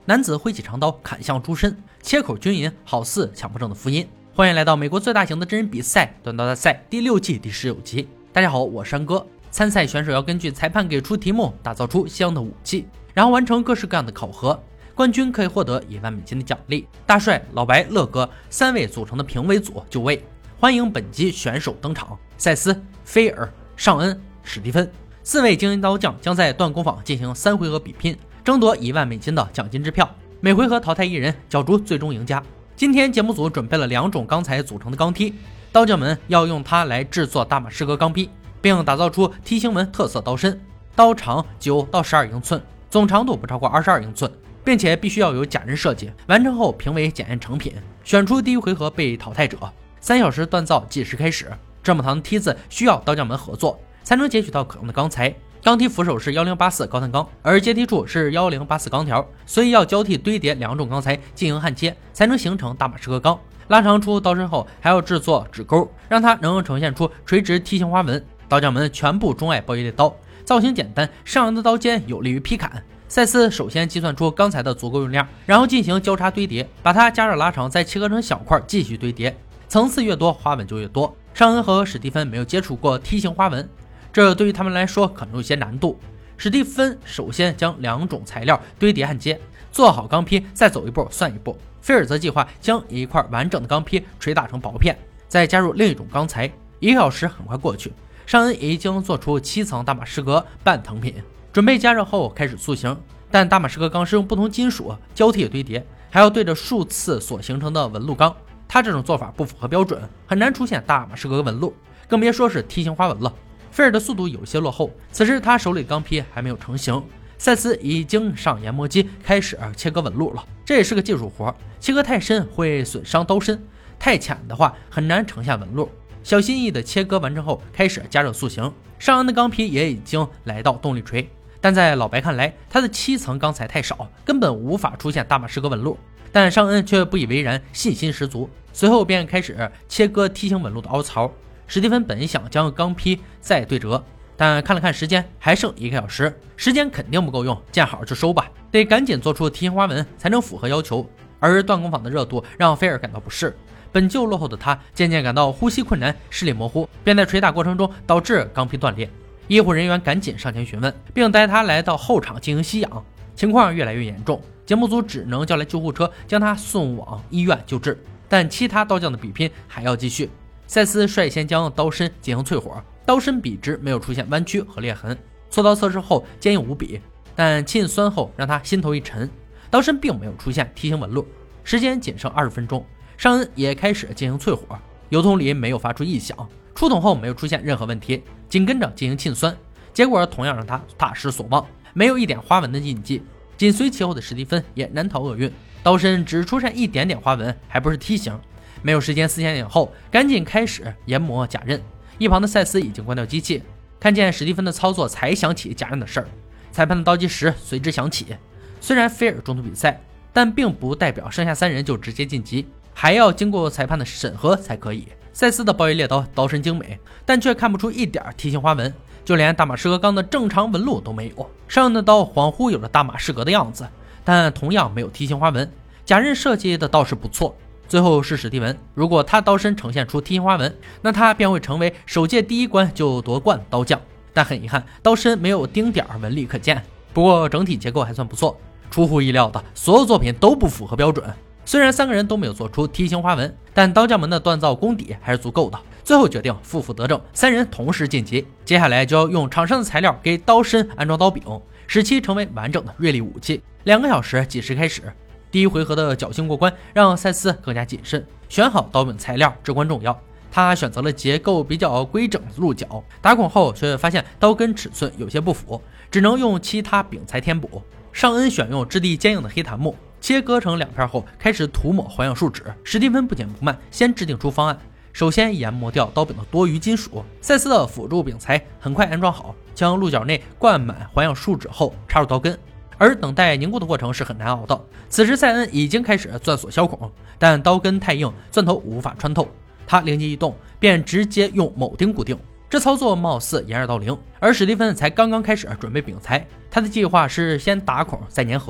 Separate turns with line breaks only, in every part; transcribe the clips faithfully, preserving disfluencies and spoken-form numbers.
男子挥起长刀砍向猪身，切口均匀，好似强迫症的福音。欢迎来到美国最大型的真人比赛短刀大赛第六季第十九集。大家好，我是山哥。参赛选手要根据裁判给出题目，打造出相应的武器，然后完成各式各样的考核。冠军可以获得一万美金的奖励。大帅、老白、乐哥三位组成的评委组就位。欢迎本集选手登场：赛斯、菲尔、尚恩、史蒂芬。四位精英刀匠将在锻工坊进行三回合比拼，争夺一万美金的奖金支票。每回合淘汰一人，角逐最终赢家。今天节目组准备了两种钢材组成的钢梯，刀匠们要用它来制作大马士革钢坯，并打造出梯形纹特色刀身。刀长九到十二英寸，总长度不超过二十二英寸，并且必须要有假人设计。完成后评为检验成品，选出第一回合被淘汰者。三小时锻造计时开始。这么长的梯子需要刀匠们合作，才能截取到可用的钢材。钢梯扶手是一零八四高碳钢，而阶梯处是一零八四钢条，所以要交替堆叠两种钢材进行焊接，才能形成大马士革钢。拉长出刀身后，还要制作指钩，让它能呈现出垂直梯形花纹。刀匠们全部钟爱包一列刀，造型简单，上扬的刀尖有利于劈砍。赛斯首先计算出钢材的足够用量，然后进行交叉堆叠，把它加热拉长，再切割成小块继续堆叠，层次越多花纹就越多。尚恩和史蒂芬没有接触过梯形花纹，这对于他们来说可能有些难度。史蒂芬首先将两种材料堆叠焊接，做好钢坯，再走一步算一步。菲尔则计划将一块完整的钢坯捶打成薄片，再加入另一种钢材。一个小时很快过去，尚恩已经做出七层大马士革半成品，准备加热后开始塑形。但大马士革钢是用不同金属交替堆叠，还要对着数次所形成的纹路钢，他这种做法不符合标准，很难出现大马士革纹路，更别说是梯形花纹了。菲尔的速度有些落后，此时他手里的钢坯还没有成型。赛斯已经上研磨机开始切割纹路了，这也是个技术活，切割太深会损伤刀身，太浅的话很难呈现纹路。小心翼翼的切割完成后，开始加热塑形。尚恩的钢坯也已经来到动力锤，但在老白看来，他的七层钢材太少，根本无法出现大马士革纹路。但尚恩却不以为然，信心十足，随后便开始切割梯形纹路的凹槽。史蒂芬本想将钢坯再对折，但看了看时间，还剩一个小时，时间肯定不够用，见好就收吧，得赶紧做出梯形花纹才能符合要求。而锻工坊的热度让菲尔感到不适，本就落后的他渐渐感到呼吸困难，视力模糊，便在捶打过程中导致钢坯断裂。医护人员赶紧上前询问，并带他来到后场进行吸氧，情况越来越严重，节目组只能叫来救护车将他送往医院救治。但其他刀匠的比拼还要继续。赛斯率先将刀身进行淬火，刀身笔直，没有出现弯曲和裂痕。锉刀测试后坚硬无比，但沁酸后让他心头一沉，刀身并没有出现梯形纹路。时间仅剩二十分钟，尚恩也开始进行淬火，油桶里没有发出异响，出桶后没有出现任何问题，紧跟着进行沁酸，结果同样让他大失所望，没有一点花纹的印记。紧随其后的史蒂芬也难逃厄运，刀身只出现一点点花纹，还不是梯形。没有时间思前想后，赶紧开始研磨假刃。一旁的赛斯已经关掉机器，看见史蒂芬的操作才想起假刃的事儿。裁判的倒计时随之响起。虽然菲尔中途比赛，但并不代表剩下三人就直接晋级，还要经过裁判的审核才可以。赛斯的暴力猎刀刀身精美，但却看不出一点梯形花纹，就连大马士革钢的正常纹路都没有。上恩的刀恍惚有了大马士革的样子，但同样没有梯形花纹，假刃设计的倒是不错。最后是史蒂文，如果他刀身呈现出梯形花纹，那他便会成为首届第一关就夺冠刀匠。但很遗憾，刀身没有丁点纹理可见。不过整体结构还算不错。出乎意料的，所有作品都不符合标准。虽然三个人都没有做出梯形花纹，但刀匠们的锻造功底还是足够的。最后决定负负得正，三人同时晋级。接下来就要用厂商的材料给刀身安装刀柄，使其成为完整的锐利武器。两个小时计时开始。第一回合的侥幸过关让赛斯更加谨慎，选好刀柄材料至关重要。他选择了结构比较规整的鹿角，打孔后却发现刀根尺寸有些不符，只能用其他柄材填补。尚恩选用质地坚硬的黑檀木，切割成两片后开始涂抹环氧树脂。史蒂芬不紧不慢，先制定出方案，首先研磨掉刀柄的多余金属。赛斯的辅助柄材很快安装好，将鹿角内灌满环氧树脂后插入刀根。而等待凝固的过程是很难熬的。此时赛恩已经开始钻锁削孔，但刀根太硬，钻头无法穿透。他灵机一动，便直接用铆钉固定。这操作貌似掩耳盗铃，而史蒂芬才刚刚开始准备柄材。他的计划是先打孔再粘合，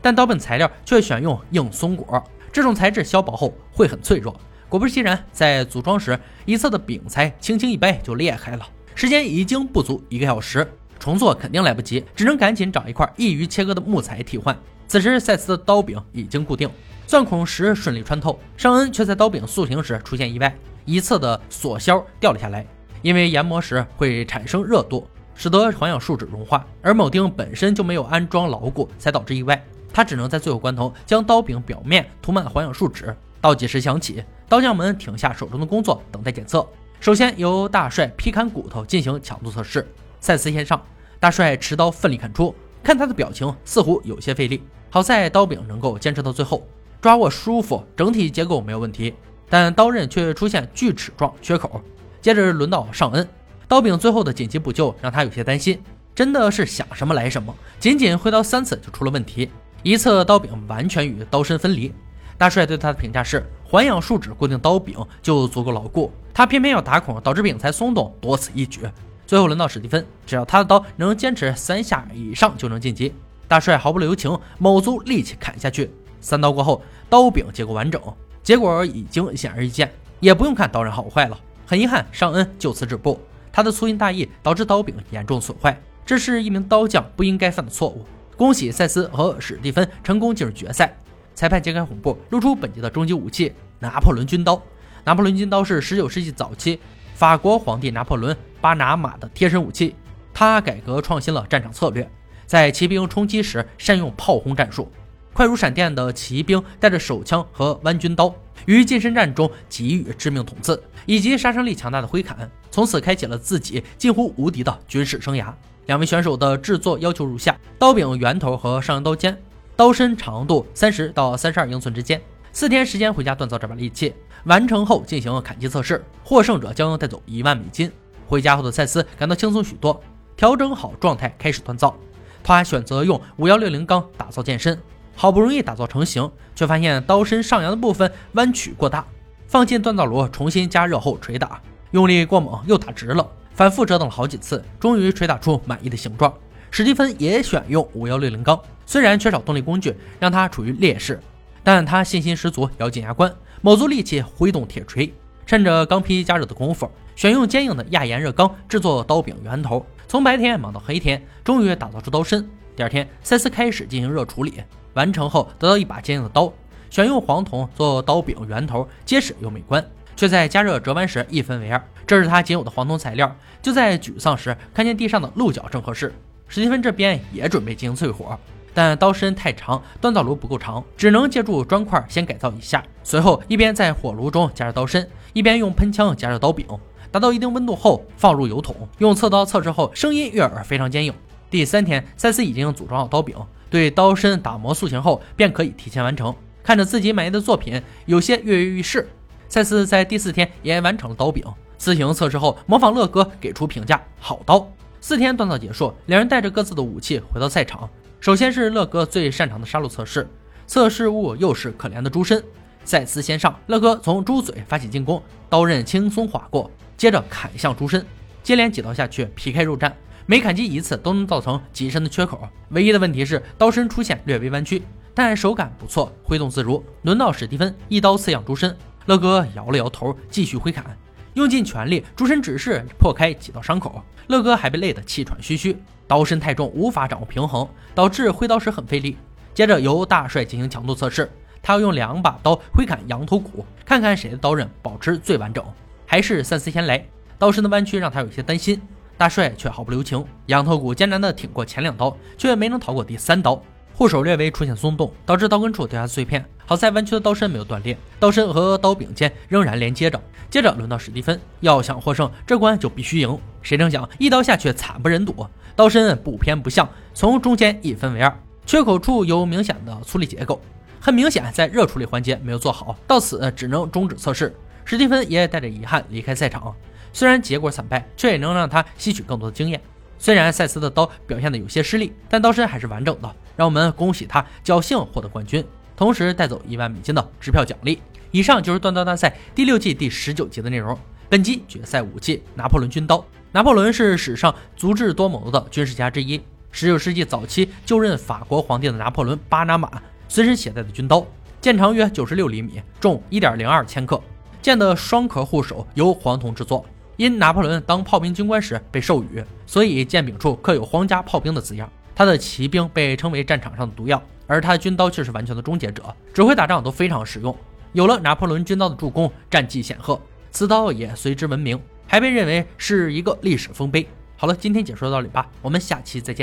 但刀柄材料却选用硬松果，这种材质削薄后会很脆弱。果不其然，在组装时，一侧的柄材轻轻一掰就裂开了。时间已经不足一个小时，重做肯定来不及，只能赶紧找一块易于切割的木材替换。此时赛斯的刀柄已经固定，钻孔时顺利穿透，尚恩却在刀柄塑形时出现意外，一侧的锁销掉了下来。因为研磨时会产生热度，使得环氧树脂融化，而铆钉本身就没有安装牢固，才导致意外。他只能在最后关头将刀柄表面涂满环氧树脂。倒计时响起，刀匠们停下手中的工作，等待检测。首先由大帅劈砍骨头进行强度测试。赛斯先上，大帅持刀奋力砍出，看他的表情似乎有些费力，好在刀柄能够坚持到最后，抓握舒服，整体结构没有问题，但刀刃却出现锯齿状缺口。接着轮到尚恩，刀柄最后的紧急补救让他有些担心，真的是想什么来什么，仅仅挥刀三次就出了问题，一侧刀柄完全与刀身分离。大帅对他的评价是，环氧树脂固定刀柄就足够牢固，他偏偏要打孔，导致柄材松动，多此一举。最后轮到史蒂芬，只要他的刀能坚持三下以上就能晋级。大帅毫不留情，卯足力气砍下去，三刀过后，刀柄结构完整，结果已经显而易见，也不用看刀刃好坏了。很遗憾，尚恩就此止步，他的粗心大意导致刀柄严重损坏，这是一名刀匠不应该犯的错误。恭喜赛斯和史蒂芬成功进入决赛。裁判揭开红布，露出本季的终极武器——拿破仑军刀。拿破仑军刀是十九世纪早期法国皇帝拿破仑巴拿马的贴身武器，他改革创新了战场策略，在骑兵冲击时善用炮轰战术，快如闪电的骑兵带着手枪和弯军刀于近身战中给予致命捅刺，以及杀伤力强大的挥砍，从此开启了自己近乎无敌的军事生涯。两位选手的制作要求如下：刀柄圆头和上刃刀尖，刀身长度三十到三十二英寸之间，四天时间回家锻造这把利器，完成后进行砍击测试，获胜者将带走一万美金。回家后的赛斯感到轻松许多，调整好状态开始锻造。他选择用五一六零钢打造剑身，好不容易打造成型，却发现刀身上扬的部分弯曲过大，放进锻造炉重新加热后捶打，用力过猛又打直了，反复折腾了好几次，终于捶打出满意的形状。史蒂芬也选用五一六零钢，虽然缺少动力工具，让他处于劣势，但他信心十足，咬紧牙关，卯足力气挥动铁锤，趁着钢坯加热的功夫，选用坚硬的亚岩热钢制作刀柄圆头，从白天忙到黑天，终于打造出刀身。第二天，赛斯开始进行热处理，完成后得到一把坚硬的刀，选用黄铜做刀柄圆头，结实又美观，却在加热折弯时一分为二，这是他仅有的黄铜材料。就在沮丧时，看见地上的鹿角正合适。史蒂芬这边也准备进行淬火，但刀身太长，锻造炉不够长，只能借助砖块先改造一下，随后一边在火炉中加热刀身，一边用喷枪加热刀柄，达到一定温度后放入油桶，用测刀测试后声音悦耳，非常坚硬。第三天，赛斯已经组装好刀柄，对刀身打磨塑形后便可以提前完成。看着自己满意的作品，有些跃跃欲试。赛斯在第四天也完成了刀柄，自行测试后模仿乐哥给出评价：好刀。四天锻造结束，两人带着各自的武器回到赛场。首先是乐哥最擅长的杀戮测试，测试物又是可怜的猪身。赛斯先上，乐哥从猪嘴发起进攻，刀刃轻松划过，接着砍向猪身，接连几刀下去皮开肉绽，每砍击一次都能造成几深的缺口。唯一的问题是刀身出现略微弯曲，但手感不错，挥动自如。轮到史蒂芬，一刀刺向猪身，乐哥摇了摇头，继续挥砍，用尽全力，猪身只是破开几道伤口，乐哥还被累得气喘吁吁。刀身太重，无法掌握平衡，导致挥刀时很费力。接着由大帅进行强度测试，他要用两把刀挥砍羊头骨，看看谁的刀刃保持最完整。还是赛斯先来，刀身的弯曲让他有些担心，大帅却毫不留情，羊头骨艰难地挺过前两刀，却没能逃过第三刀。护手略微出现松动，导致刀根处掉下碎片，好在弯曲的刀身没有断裂，刀身和刀柄间仍然连接着。接着轮到史蒂芬，要想获胜，这关就必须赢。谁成想一刀下去惨不忍睹，刀身不偏不向，从中间一分为二，缺口处有明显的粗粒结构，很明显在热处理环节没有做好，到此只能终止测试。史蒂芬也带着遗憾离开赛场，虽然结果惨败，却也能让他吸取更多的经验。虽然赛斯的刀表现得有些失利，但刀身还是完整的，让我们恭喜他侥幸获得冠军，同时带走一万美金的支票奖励。以上就是锻刀大赛第六季第十九集的内容。本集决赛武器拿破仑军刀。拿破仑是史上足智多谋的军事家之一， 十九世纪早期就任法国皇帝的拿破仑·巴拿马随身携带的军刀，剑长约九十六厘米，重 一点零二千克。剑的双壳护手由黄铜制作，因拿破仑当炮兵军官时被授予，所以剑柄处刻有皇家炮兵的字样。他的骑兵被称为战场上的毒药，而他军刀却是完全的终结者，指挥打仗都非常实用。有了拿破仑军刀的助攻，战绩显赫，此刀也随之闻名，还被认为是一个历史丰碑。好了，今天解说到这里吧，我们下期再见。